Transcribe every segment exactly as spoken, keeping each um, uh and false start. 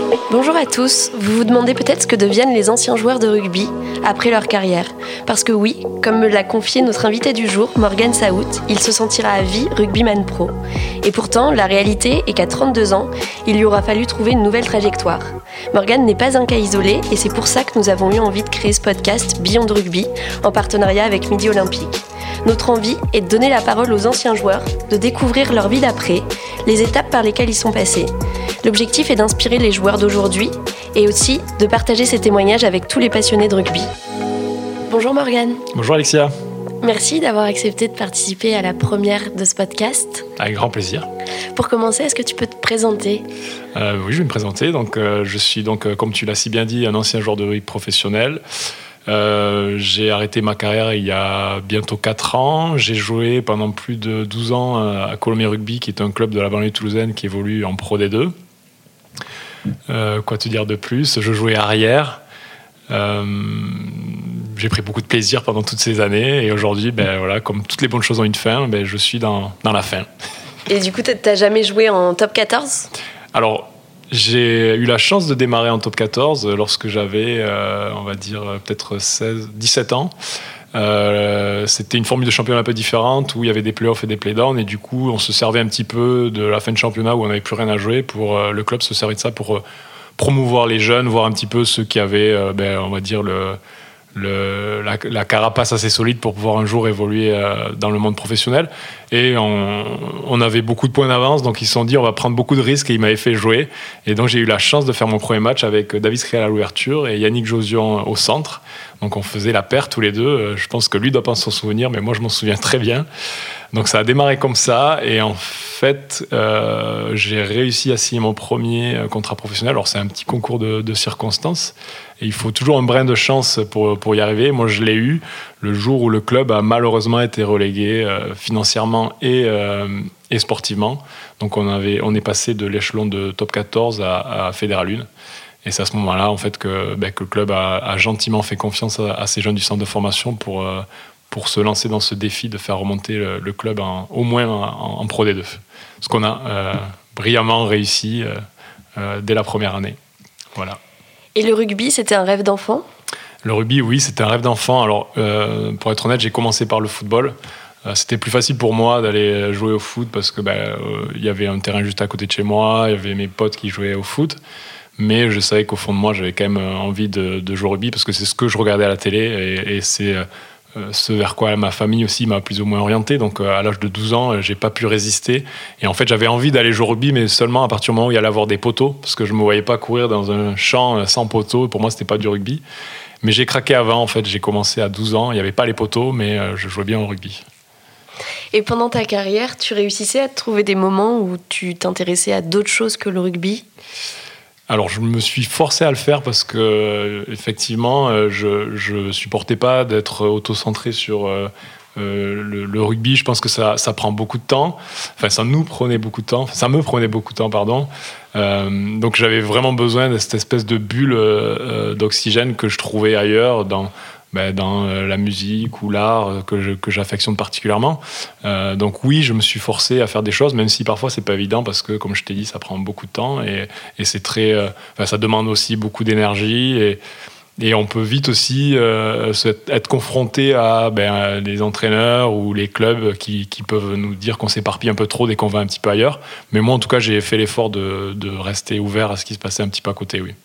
Bonjour à tous, vous vous demandez peut-être ce que deviennent les anciens joueurs de rugby après leur carrière. Parce que oui, comme me l'a confié notre invité du jour, Morgan Saout, il se sentira à vie rugbyman pro. Et pourtant, la réalité est qu'à trente-deux ans, il lui aura fallu trouver une nouvelle trajectoire. Morgan n'est pas un cas isolé et c'est pour ça que nous avons eu envie de créer ce podcast Beyond Rugby en partenariat avec Midi Olympique. Notre envie est de donner la parole aux anciens joueurs, de découvrir leur vie d'après, les étapes par lesquelles ils sont passés. L'objectif est d'inspirer les joueurs d'aujourd'hui et aussi de partager ces témoignages avec tous les passionnés de rugby. Bonjour Morgan. Bonjour Alexia. Merci d'avoir accepté de participer à la première de ce podcast. Avec grand plaisir. Pour commencer, est-ce que tu peux te présenter ? euh, Oui, je vais me présenter. Donc, euh, je suis, donc, euh, comme tu l'as si bien dit, un ancien joueur de rugby professionnel. Euh, j'ai arrêté ma carrière il y a bientôt quatre ans. J'ai joué pendant plus de douze ans à Colomiers Rugby, qui est un club de la banlieue toulousaine qui évolue en Pro D deux. Euh, quoi te dire de plus ? Je jouais arrière. Euh, j'ai pris beaucoup de plaisir pendant toutes ces années et aujourd'hui, ben, voilà, comme toutes les bonnes choses ont une fin, ben, je suis dans, dans la fin. Et du coup, t'as jamais joué en top quatorze ? Alors, j'ai eu la chance de démarrer en top quatorze lorsque j'avais, euh, on va dire, peut-être seize, dix-sept ans. Euh, c'était une formule de championnat un peu différente où il y avait des play-offs et des play-downs et du coup on se servait un petit peu de la fin de championnat où on n'avait plus rien à jouer pour euh, le club se servait de ça pour euh, promouvoir les jeunes, voir un petit peu ceux qui avaient euh, ben, on va dire le, le, la, la carapace assez solide pour pouvoir un jour évoluer euh, dans le monde professionnel et on, on avait beaucoup de points d'avance donc ils se sont dit on va prendre beaucoup de risques et ils m'avaient fait jouer et donc j'ai eu la chance de faire mon premier match avec David Skriel à l'ouverture et Yannick Josion au centre. Donc on faisait la paire tous les deux. Je pense que lui doit pas s'en souvenir, mais moi je m'en souviens très bien. Donc ça a démarré comme ça. Et en fait, euh, j'ai réussi à signer mon premier contrat professionnel. Alors c'est un petit concours de, de circonstances. Et il faut toujours un brin de chance pour, pour y arriver. Moi je l'ai eu le jour où le club a malheureusement été relégué euh, financièrement et, euh, et sportivement. Donc on, avait, on est passé de l'échelon de top quatorze à, à Fédéral un. Et c'est à ce moment-là en fait, que, ben, que le club a, a gentiment fait confiance à, à ces jeunes du centre de formation pour, euh, pour se lancer dans ce défi de faire remonter le, le club en, au moins en, en Pro D deux. Ce qu'on a euh, brillamment réussi euh, euh, dès la première année. Voilà. Et le rugby, c'était un rêve d'enfant ? Le rugby, oui, c'était un rêve d'enfant. Alors, euh, pour être honnête, j'ai commencé par le football. Euh, c'était plus facile pour moi d'aller jouer au foot parce que ben, euh, y avait un terrain juste à côté de chez moi, il y avait mes potes qui jouaient au foot. Mais je savais qu'au fond de moi, j'avais quand même envie de, de jouer au rugby parce que c'est ce que je regardais à la télé et, et c'est euh, ce vers quoi ma famille aussi m'a plus ou moins orienté. Donc à l'âge de douze ans, j'ai pas pu résister. Et en fait, j'avais envie d'aller jouer au rugby, mais seulement à partir du moment où il y allait avoir des poteaux parce que je me voyais pas courir dans un champ sans poteaux. Pour moi, c'était pas du rugby. Mais j'ai craqué avant, en fait. J'ai commencé à douze ans. Il n'y avait pas les poteaux, mais je jouais bien au rugby. Et pendant ta carrière, tu réussissais à trouver des moments où tu t'intéressais à d'autres choses que le rugby ? Alors, je me suis forcé à le faire parce que, effectivement, je je supportais pas d'être auto-centré sur euh, le, le rugby. Je pense que ça, ça prend beaucoup de temps. Enfin, ça nous prenait beaucoup de temps. Ça me prenait beaucoup de temps, pardon. Euh, donc, j'avais vraiment besoin de cette espèce de bulle euh, d'oxygène que je trouvais ailleurs dans Ben, dans euh, la musique ou l'art euh, que, je, que j'affectionne particulièrement. Euh, donc oui, je me suis forcé à faire des choses, même si parfois c'est pas évident parce que, comme je t'ai dit, ça prend beaucoup de temps et, et c'est très, euh, enfin, ça demande aussi beaucoup d'énergie et, et on peut vite aussi euh, être confronté à, ben, à des entraîneurs ou les clubs qui, qui peuvent nous dire qu'on s'éparpille un peu trop dès qu'on va un petit peu ailleurs. Mais moi, en tout cas, j'ai fait l'effort de, de rester ouvert à ce qui se passait un petit peu à côté, oui.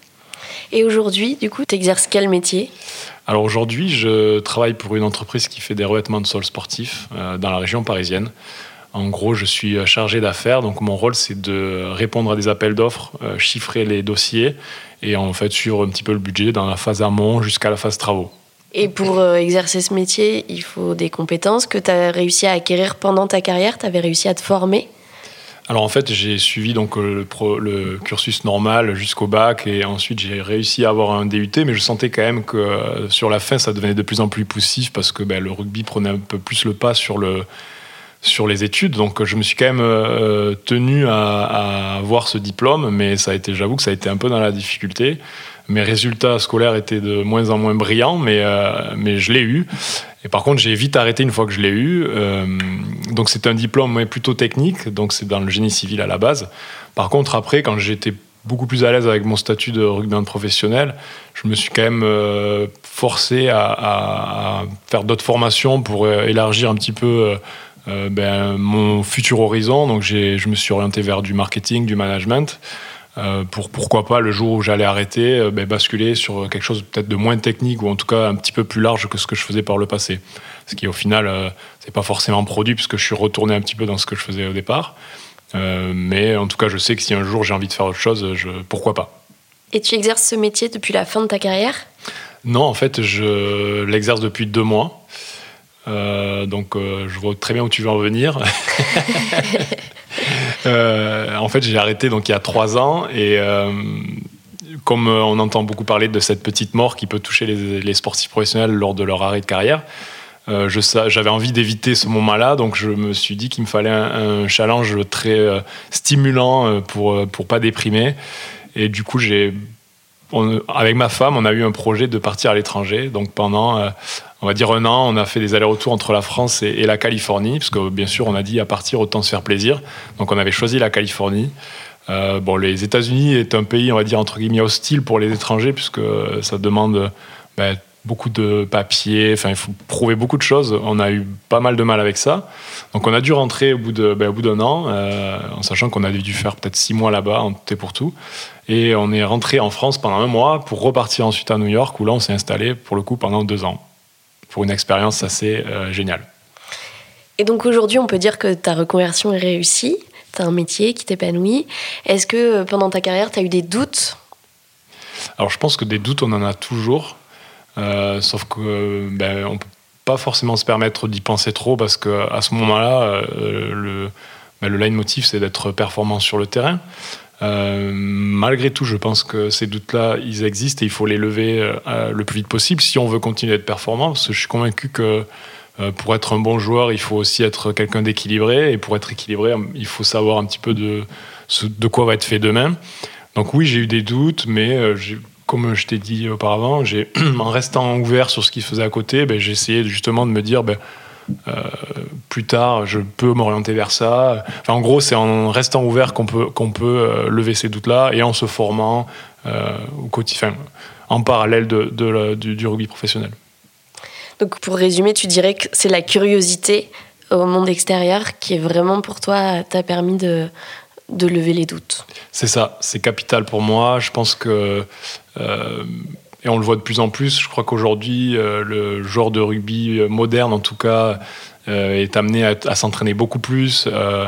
Et aujourd'hui, du coup, tu exerces quel métier ? Alors aujourd'hui, je travaille pour une entreprise qui fait des revêtements de sol sportifs euh, dans la région parisienne. En gros, je suis chargé d'affaires, donc mon rôle c'est de répondre à des appels d'offres, euh, chiffrer les dossiers et en fait suivre un petit peu le budget dans la phase amont jusqu'à la phase travaux. Et pour euh, exercer ce métier, il faut des compétences que tu as réussi à acquérir pendant ta carrière, tu avais réussi à te former ? Alors en fait, j'ai suivi donc le, pro, le cursus normal jusqu'au bac et ensuite j'ai réussi à avoir un D U T, mais je sentais quand même que euh, sur la fin, ça devenait de plus en plus poussif parce que ben, le rugby prenait un peu plus le pas sur, le, sur les études. Donc je me suis quand même euh, tenu à, à avoir ce diplôme, mais ça a été, j'avoue que ça a été un peu dans la difficulté. Mes résultats scolaires étaient de moins en moins brillants, mais, euh, mais je l'ai eu. Et par contre, j'ai vite arrêté une fois que je l'ai eu. Euh, donc, c'est un diplôme plutôt technique. Donc, c'est dans le génie civil à la base. Par contre, après, quand j'étais beaucoup plus à l'aise avec mon statut de rugbyman professionnel, je me suis quand même euh, forcé à, à, à faire d'autres formations pour euh, élargir un petit peu euh, ben, mon futur horizon. Donc j'ai, je me suis orienté vers du marketing, du management, euh, pour pourquoi pas, le jour où j'allais arrêter, euh, ben, basculer sur quelque chose peut-être de moins technique ou en tout cas un petit peu plus large que ce que je faisais par le passé. Ce qui au final, euh, c'est pas forcément produit puisque je suis retourné un petit peu dans ce que je faisais au départ. Euh, mais en tout cas, je sais que si un jour j'ai envie de faire autre chose, je, pourquoi pas. Et tu exerces ce métier depuis la fin de ta carrière ? Non, en fait, je l'exerce depuis deux mois. Euh, donc, euh, je vois très bien où tu veux en venir. euh, en fait, j'ai arrêté donc, il y a trois ans. Et euh, comme on entend beaucoup parler de cette petite mort qui peut toucher les, les sportifs professionnels lors de leur arrêt de carrière, Euh, je, j'avais envie d'éviter ce moment-là, donc je me suis dit qu'il me fallait un, un challenge très euh, stimulant euh, pour pour pas déprimer. Et du coup, j'ai, on, avec ma femme, on a eu un projet de partir à l'étranger. Donc pendant, euh, on va dire un an, on a fait des allers-retours entre la France et, et la Californie, parce que bien sûr, on a dit à partir autant se faire plaisir. Donc on avait choisi la Californie. Euh, bon, les États-Unis est un pays, on va dire entre guillemets hostile pour les étrangers, puisque ça demande ben, beaucoup de papiers, enfin il faut prouver beaucoup de choses. On a eu pas mal de mal avec ça, donc on a dû rentrer au bout de, ben, au bout d'un an, euh, en sachant qu'on avait dû faire peut-être six mois là-bas en tout et pour tout, et on est rentré en France pendant un mois pour repartir ensuite à New York, où là on s'est installé pour le coup pendant deux ans pour une expérience assez euh, géniale. Et donc aujourd'hui on peut dire que ta reconversion est réussie, tu as un métier qui t'épanouit. Est-ce que pendant ta carrière tu as eu des doutes ? Alors je pense que des doutes on en a toujours. Euh, sauf que ben, on peut pas forcément se permettre d'y penser trop parce que à ce moment-là, euh, le, ben, le leitmotiv c'est d'être performant sur le terrain. Euh, malgré tout, je pense que ces doutes-là, ils existent et il faut les lever euh, le plus vite possible si on veut continuer d'être performant. Parce que je suis convaincu que euh, pour être un bon joueur, il faut aussi être quelqu'un d'équilibré, et pour être équilibré, il faut savoir un petit peu de, de quoi va être fait demain. Donc oui, j'ai eu des doutes, mais euh, j'ai comme je t'ai dit auparavant, j'ai, en restant ouvert sur ce qui se faisait à côté, ben, j'ai essayé justement de me dire ben, euh, plus tard, je peux m'orienter vers ça. Enfin, en gros, c'est en restant ouvert qu'on peut, qu'on peut euh, lever ces doutes-là et en se formant euh, au quotidien, en parallèle de, de la, du, du rugby professionnel. Donc, pour résumer, tu dirais que c'est la curiosité au monde extérieur qui est vraiment pour toi, t'a permis de, de lever les doutes. C'est ça, c'est capital pour moi. Je pense que Euh, et on le voit de plus en plus. Je crois qu'aujourd'hui, euh, le joueur de rugby moderne, en tout cas, euh, est amené à, à s'entraîner beaucoup plus, euh,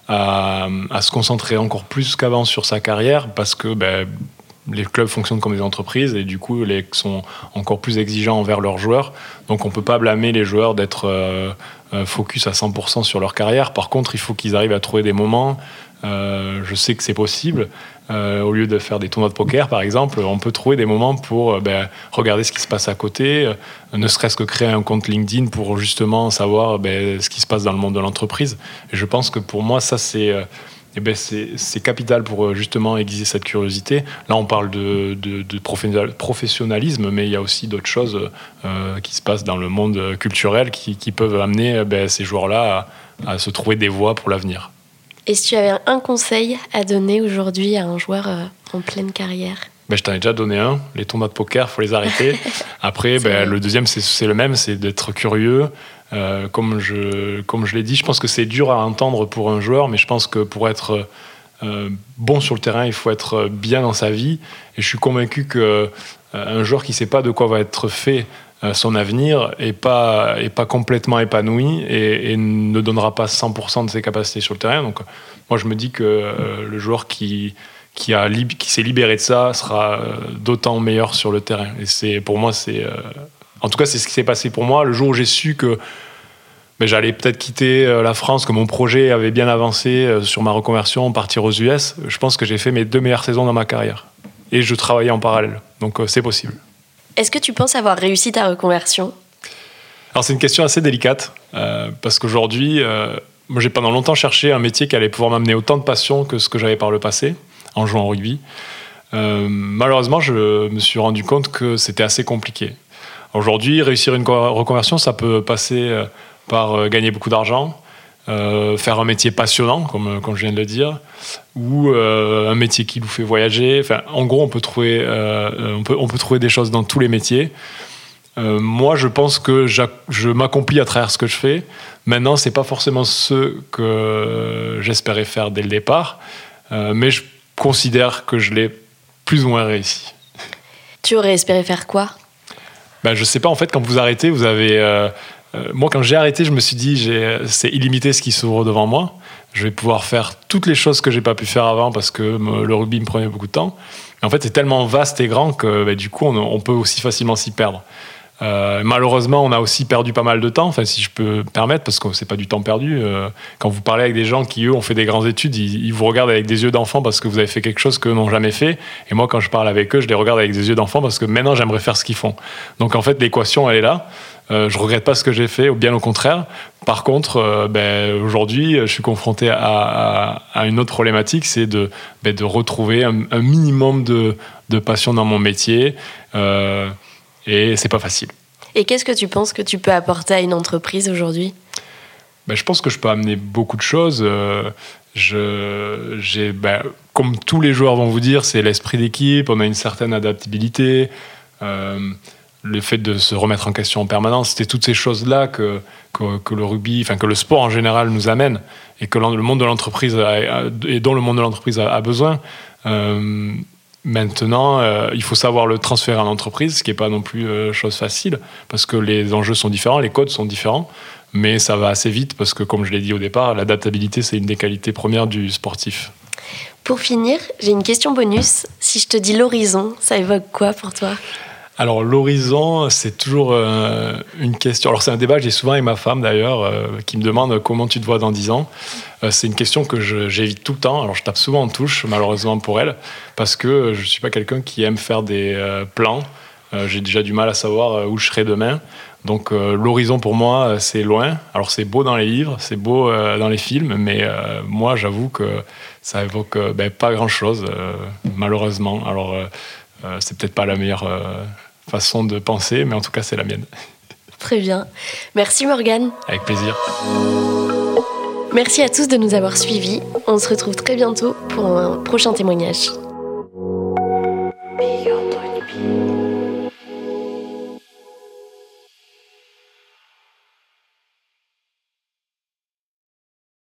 à, à se concentrer encore plus qu'avant sur sa carrière, parce que ben, les clubs fonctionnent comme des entreprises et du coup, les sont encore plus exigeants envers leurs joueurs. Donc, on ne peut pas blâmer les joueurs d'être euh, focus à cent pour cent sur leur carrière. Par contre, il faut qu'ils arrivent à trouver des moments. Euh, je sais que c'est possible. Euh, au lieu de faire des tournois de poker, par exemple, on peut trouver des moments pour euh, ben, regarder ce qui se passe à côté, euh, ne serait-ce que créer un compte LinkedIn pour justement savoir ben, ce qui se passe dans le monde de l'entreprise. Et je pense que pour moi, ça, c'est, euh, eh ben, c'est, c'est capital pour euh, justement aiguiser cette curiosité. Là, on parle de, de, de professionnalisme, mais il y a aussi d'autres choses euh, qui se passent dans le monde culturel qui, qui peuvent amener ben, ces joueurs-là à, à se trouver des voies pour l'avenir. Et si tu avais un conseil à donner aujourd'hui à un joueur euh, en pleine carrière ? Ben, je t'en ai déjà donné un. Les tournois de poker, il faut les arrêter. Après, ben, le deuxième, c'est, c'est le même, c'est d'être curieux. Euh, comme, je, comme je l'ai dit, je pense que c'est dur à entendre pour un joueur, mais je pense que pour être euh, bon sur le terrain, il faut être bien dans sa vie. Et je suis convaincu qu'un euh, joueur qui ne sait pas de quoi va être fait son avenir n'est pas, est pas complètement épanoui et, et ne donnera pas cent pour cent de ses capacités sur le terrain. Donc, moi, je me dis que euh, le joueur qui, qui, a, qui s'est libéré de ça sera euh, d'autant meilleur sur le terrain. Et c'est, pour moi, c'est... Euh, en tout cas, c'est ce qui s'est passé pour moi. Le jour où j'ai su que ben, j'allais peut-être quitter euh, la France, que mon projet avait bien avancé euh, sur ma reconversion, partir aux U S, je pense que j'ai fait mes deux meilleures saisons dans ma carrière. Et je travaillais en parallèle. Donc, euh, c'est possible. Est-ce que tu penses avoir réussi ta reconversion ? Alors c'est une question assez délicate, euh, parce qu'aujourd'hui, euh, moi j'ai pendant longtemps cherché un métier qui allait pouvoir m'amener autant de passion que ce que j'avais par le passé, en jouant au rugby. Euh, malheureusement, je me suis rendu compte que c'était assez compliqué. Aujourd'hui, réussir une reconversion, ça peut passer par gagner beaucoup d'argent, euh, faire un métier passionnant, comme, comme je viens de le dire, ou euh, un métier qui nous fait voyager. Enfin, en gros, on peut trouver, euh, on peut, on peut trouver des choses dans tous les métiers. Euh, moi, je pense que je m'accomplis à travers ce que je fais. Maintenant, c'est pas forcément ce que j'espérais faire dès le départ, euh, mais je considère que je l'ai plus ou moins réussi. Tu aurais espéré faire quoi ? Ben, je sais pas, en fait, quand vous arrêtez, vous avez... Euh, euh, moi, quand j'ai arrêté, je me suis dit, j'ai, c'est illimité ce qui s'ouvre devant moi. Je vais pouvoir faire toutes les choses que j'ai pas pu faire avant parce que me, le rugby me prenait beaucoup de temps. Et en fait, c'est tellement vaste et grand que ben, du coup, on, on peut aussi facilement s'y perdre. Euh, malheureusement, on a aussi perdu pas mal de temps, enfin, si je peux me permettre, parce que c'est pas du temps perdu. Euh, quand vous parlez avec des gens qui, eux, ont fait des grandes études, ils, ils vous regardent avec des yeux d'enfant parce que vous avez fait quelque chose qu'eux n'ont jamais fait. Et moi, quand je parle avec eux, je les regarde avec des yeux d'enfant parce que maintenant, j'aimerais faire ce qu'ils font. Donc, en fait, l'équation, elle est là. Euh, je regrette pas ce que j'ai fait, ou bien au contraire. Par contre, euh, ben, aujourd'hui, je suis confronté à, à, à une autre problématique, c'est de, ben, de retrouver un, un minimum de, de passion dans mon métier. Euh, Et c'est pas facile. Et qu'est-ce que tu penses que tu peux apporter à une entreprise aujourd'hui ? Ben, je pense que je peux amener beaucoup de choses. Euh, je, j'ai, ben, comme tous les joueurs vont vous dire, c'est l'esprit d'équipe, on a une certaine adaptabilité, euh, le fait de se remettre en question en permanence, c'était toutes ces choses-là que, que, que le rugby, enfin que le sport en général nous amène et que le monde de l'entreprise a, et dont le monde de l'entreprise a, a besoin. Euh, Maintenant, euh, il faut savoir le transférer en entreprise, ce qui n'est pas non plus euh, chose facile, parce que les enjeux sont différents, les codes sont différents, mais ça va assez vite, parce que comme je l'ai dit au départ, l'adaptabilité, c'est une des qualités premières du sportif. Pour finir, j'ai une question bonus. Si je te dis l'horizon, ça évoque quoi pour toi ? Alors, l'horizon, c'est toujours euh, une question. Alors, c'est un débat que j'ai souvent avec ma femme, d'ailleurs, euh, qui me demande comment tu te vois dans dix ans. Euh, c'est une question que je, j'évite tout le temps. Alors, je tape souvent en touche, malheureusement pour elle, parce que je ne suis pas quelqu'un qui aime faire des euh, plans. Euh, j'ai déjà du mal à savoir où je serai demain. Donc, euh, l'horizon, pour moi, c'est loin. Alors, c'est beau dans les livres, c'est beau euh, dans les films, mais euh, moi, j'avoue que ça évoque euh, ben, pas grand-chose, euh, malheureusement. Alors... Euh, Euh, c'est peut-être pas la meilleure euh, façon de penser, mais en tout cas, c'est la mienne. Très bien. Merci Morgane. Avec plaisir. Merci à tous de nous avoir suivis. On se retrouve très bientôt pour un prochain témoignage.